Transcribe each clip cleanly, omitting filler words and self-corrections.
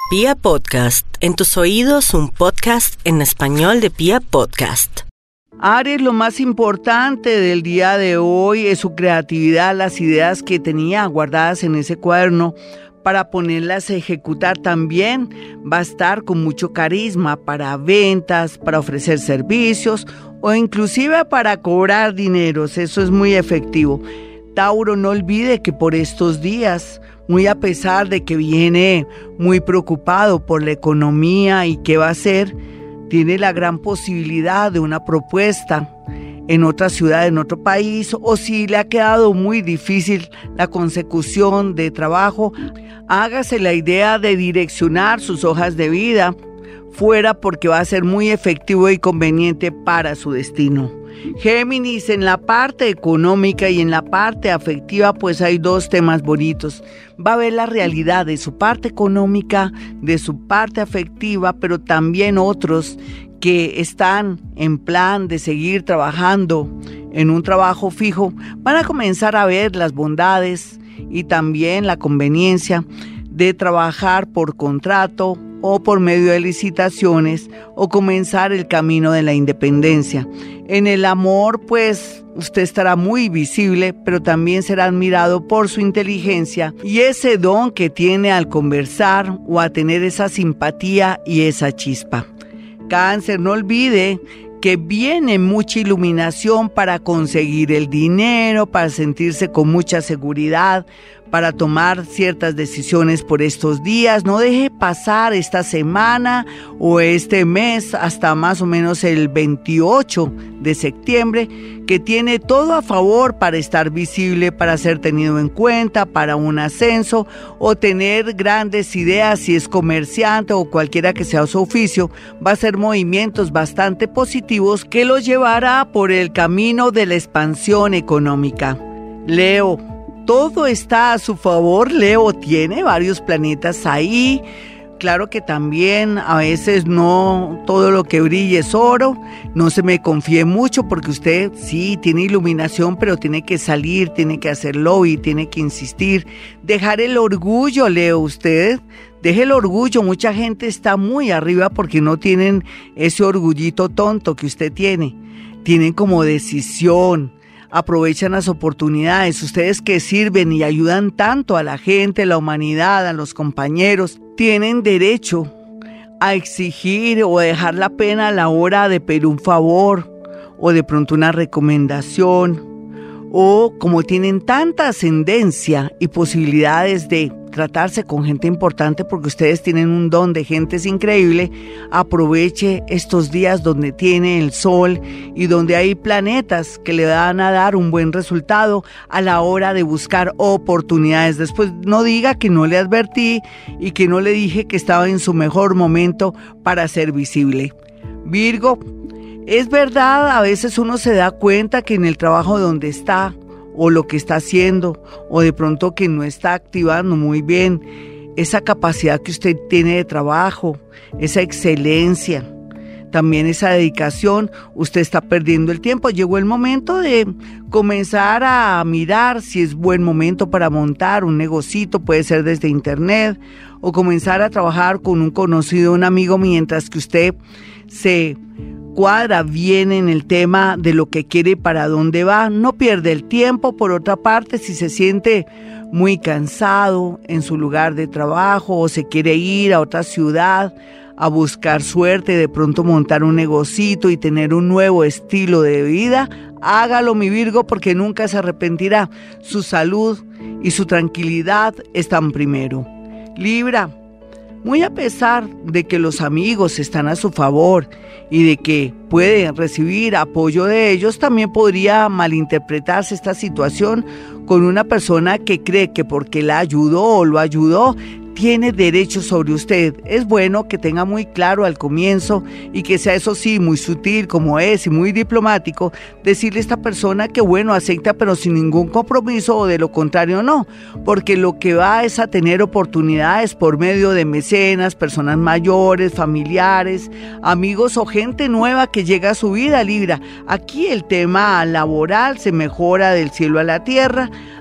Pia Podcast, en tus oídos un podcast en español de Pia Podcast. Aries, lo más importante del día de hoy es su creatividad, las ideas que tenía guardadas en ese cuaderno para ponerlas a ejecutar. También va a estar con mucho carisma para ventas, para ofrecer servicios o inclusive para cobrar dineros. Eso es muy efectivo. Tauro, no olvide que por estos días, muy a pesar de que viene muy preocupado por la economía y qué va a hacer, tiene la gran posibilidad de una propuesta en otra ciudad, en otro país, o si le ha quedado muy difícil la consecución de trabajo, hágase la idea de direccionar sus hojas de vida fuera porque va a ser muy efectivo y conveniente para su destino. Géminis, en la parte económica y en la parte afectiva, pues hay dos temas bonitos. Va a ver la realidad de su parte económica, de su parte afectiva, pero también otros que están en plan de seguir trabajando en un trabajo fijo, van a comenzar a ver las bondades y también la conveniencia de trabajar por contrato o por medio de licitaciones o comenzar el camino de la independencia. En el amor, pues, usted estará muy visible, pero también será admirado por su inteligencia y ese don que tiene al conversar o a tener esa simpatía y esa chispa. Cáncer, no olvide que viene mucha iluminación para conseguir el dinero, para sentirse con mucha seguridad, para tomar ciertas decisiones por estos días. No deje pasar esta semana o este mes hasta más o menos el 28 de septiembre, que tiene todo a favor para estar visible, para ser tenido en cuenta, para un ascenso o tener grandes ideas. Si es comerciante o cualquiera que sea su oficio, va a ser movimientos bastante positivos que lo llevará por el camino de la expansión económica. Leo, todo está a su favor. Leo tiene varios planetas ahí. Claro que también a veces no todo lo que brille es oro. No se me confíe mucho porque usted sí tiene iluminación, pero tiene que salir, tiene que hacer lobby, tiene que insistir. Dejar el orgullo, Leo, usted. Deje el orgullo. Mucha gente está muy arriba porque no tienen ese orgullito tonto que usted tiene. Tienen como decisión. Aprovechan las oportunidades. Ustedes que sirven y ayudan tanto a la gente, a la humanidad, a los compañeros, tienen derecho a exigir o a dejar la pena a la hora de pedir un favor o de pronto una recomendación, o como tienen tanta ascendencia y posibilidades de tratarse con gente importante porque ustedes tienen un don de gentes increíble, aproveche estos días donde tiene el sol y donde hay planetas que le van a dar un buen resultado a la hora de buscar oportunidades. Después no diga que no le advertí y que no le dije que estaba en su mejor momento para ser visible. Virgo, es verdad, a veces uno se da cuenta que en el trabajo donde está o lo que está haciendo, o de pronto que no está activando muy bien esa capacidad que usted tiene de trabajo, esa excelencia, también esa dedicación, usted está perdiendo el tiempo. Llegó el momento de comenzar a mirar si es buen momento para montar un negocito, puede ser desde internet, o comenzar a trabajar con un conocido, un amigo, mientras que usted se cuadra bien en el tema de lo que quiere y para dónde va. No pierde el tiempo. Por otra parte, si se siente muy cansado en su lugar de trabajo o se quiere ir a otra ciudad a buscar suerte, de pronto montar un negocito y tener un nuevo estilo de vida, hágalo, mi Virgo, porque nunca se arrepentirá. Su salud y su tranquilidad están primero. Libra, muy a pesar de que los amigos están a su favor y de que puede recibir apoyo de ellos, también podría malinterpretarse esta situación con una persona que cree que porque la ayudó o lo ayudó, tiene derecho sobre usted. Es bueno que tenga muy claro al comienzo y que sea, eso sí, muy sutil como es y muy diplomático, decirle a esta persona que bueno, acepta pero sin ningún compromiso, o de lo contrario no, porque lo que va es a tener oportunidades por medio de mecenas, personas mayores, familiares, amigos o gente nueva que llega a su vida. Libra, aquí el tema laboral se mejora del cielo a la tierra.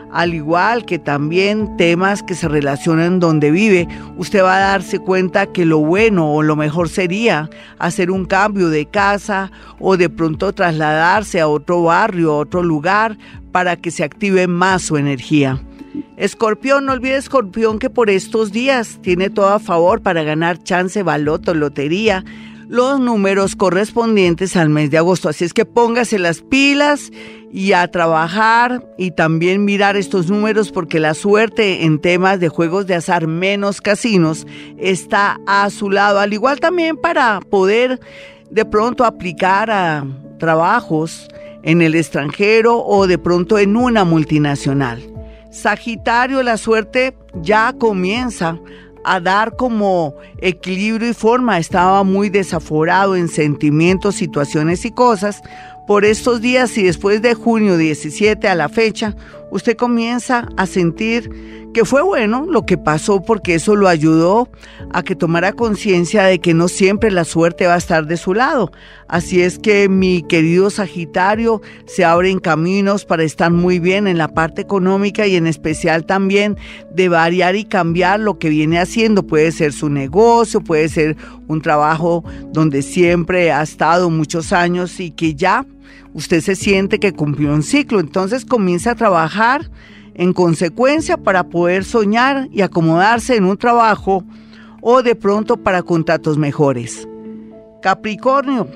al igual que también temas que se relacionan donde vive, usted va a darse cuenta que lo bueno o lo mejor sería hacer un cambio de casa o de pronto trasladarse a otro barrio, a otro lugar, para que se active más su energía. Escorpión, no olvide Escorpión que por estos días tiene todo a favor para ganar chance, baloto, lotería, los números correspondientes al mes de agosto. Así es que póngase las pilas y a trabajar y también mirar estos números porque la suerte en temas de juegos de azar menos casinos está a su lado. Al igual también para poder de pronto aplicar a trabajos en el extranjero o de pronto en una multinacional. Sagitario, la suerte ya comienza a dar como equilibrio y forma. Estaba muy desaforado en sentimientos, situaciones y cosas. Por estos días y después de junio 17 a la fecha, usted comienza a sentir que fue bueno lo que pasó porque eso lo ayudó a que tomara conciencia de que no siempre la suerte va a estar de su lado. Así es que mi querido Sagitario, se abren caminos para estar muy bien en la parte económica y en especial también de variar y cambiar lo que viene haciendo. Puede ser su negocio, puede ser un trabajo donde siempre ha estado muchos años y que ya usted se siente que cumplió un ciclo. Entonces comienza a trabajar en consecuencia para poder soñar y acomodarse en un trabajo o de pronto para contratos mejores. Capricornio,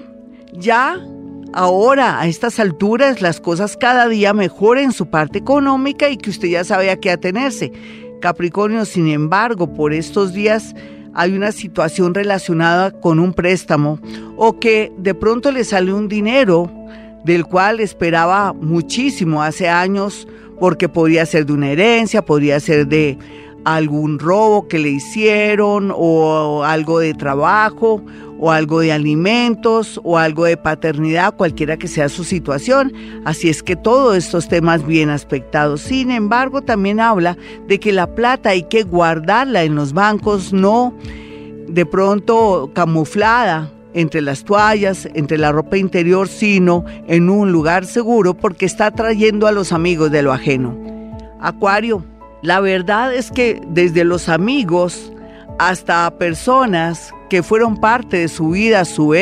ya ahora a estas alturas las cosas cada día mejoran en su parte económica y que usted ya sabe a qué atenerse. Capricornio, sin embargo, por estos días hay una situación relacionada con un préstamo o que de pronto le sale un dinero del cual esperaba muchísimo hace años, porque podría ser de una herencia, podría ser de algún robo que le hicieron, o algo de trabajo, o algo de alimentos, o algo de paternidad, cualquiera que sea su situación. Así es que todos estos temas bien aspectados. Sin embargo, también habla de que la plata hay que guardarla en los bancos, no de pronto camuflada entre las toallas, entre la ropa interior, sino en un lugar seguro porque está atrayendo a los amigos de lo ajeno. Acuario, la verdad es que desde los amigos hasta personas que fueron parte de su vida, su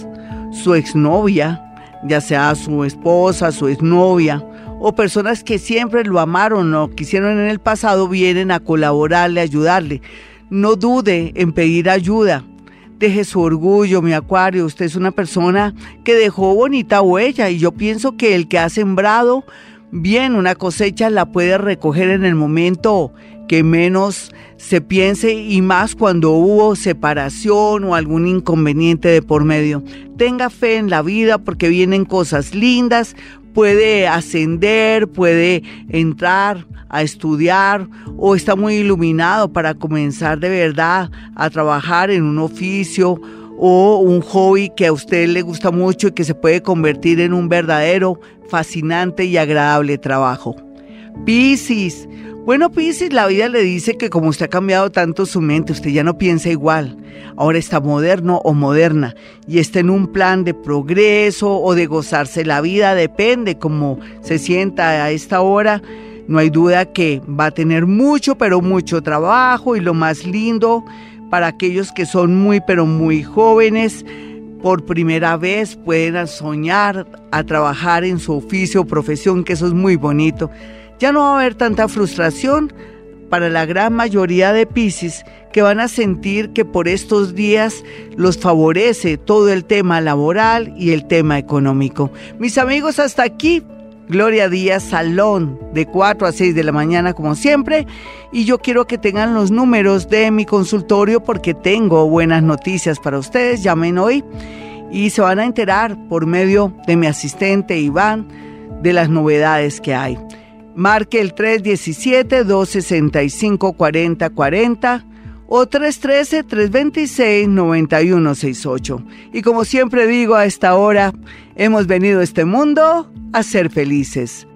exnovia, ya sea su esposa, su exnovia, o personas que siempre lo amaron o quisieron en el pasado, vienen a colaborarle, a ayudarle. No dude en pedir ayuda. Deje su orgullo, mi Acuario. Usted es una persona que dejó bonita huella y yo pienso que el que ha sembrado bien una cosecha la puede recoger en el momento que menos se piense y más cuando hubo separación o algún inconveniente de por medio. Tenga fe en la vida porque vienen cosas lindas. Puede ascender, puede entrar a estudiar o está muy iluminado para comenzar de verdad a trabajar en un oficio o un hobby que a usted le gusta mucho y que se puede convertir en un verdadero, fascinante y agradable trabajo. Piscis. Bueno, Piscis, la vida le dice que como usted ha cambiado tanto su mente, usted ya no piensa igual. Ahora está moderno o moderna y está en un plan de progreso o de gozarse la vida, depende cómo se sienta a esta hora. No hay duda que va a tener mucho, pero mucho trabajo y lo más lindo para aquellos que son muy, pero muy jóvenes. Por primera vez pueden soñar a trabajar en su oficio o profesión, que eso es muy bonito. Ya no va a haber tanta frustración para la gran mayoría de Piscis que van a sentir que por estos días los favorece todo el tema laboral y el tema económico. Mis amigos, hasta aquí Gloria Díaz Salón, de 4 a 6 de la mañana como siempre, y yo quiero que tengan los números de mi consultorio porque tengo buenas noticias para ustedes. Llamen hoy y se van a enterar por medio de mi asistente Iván de las novedades que hay. Marque el 317-265-4040 o 313-326-9168. Y como siempre digo, a esta hora hemos venido a este mundo a ser felices.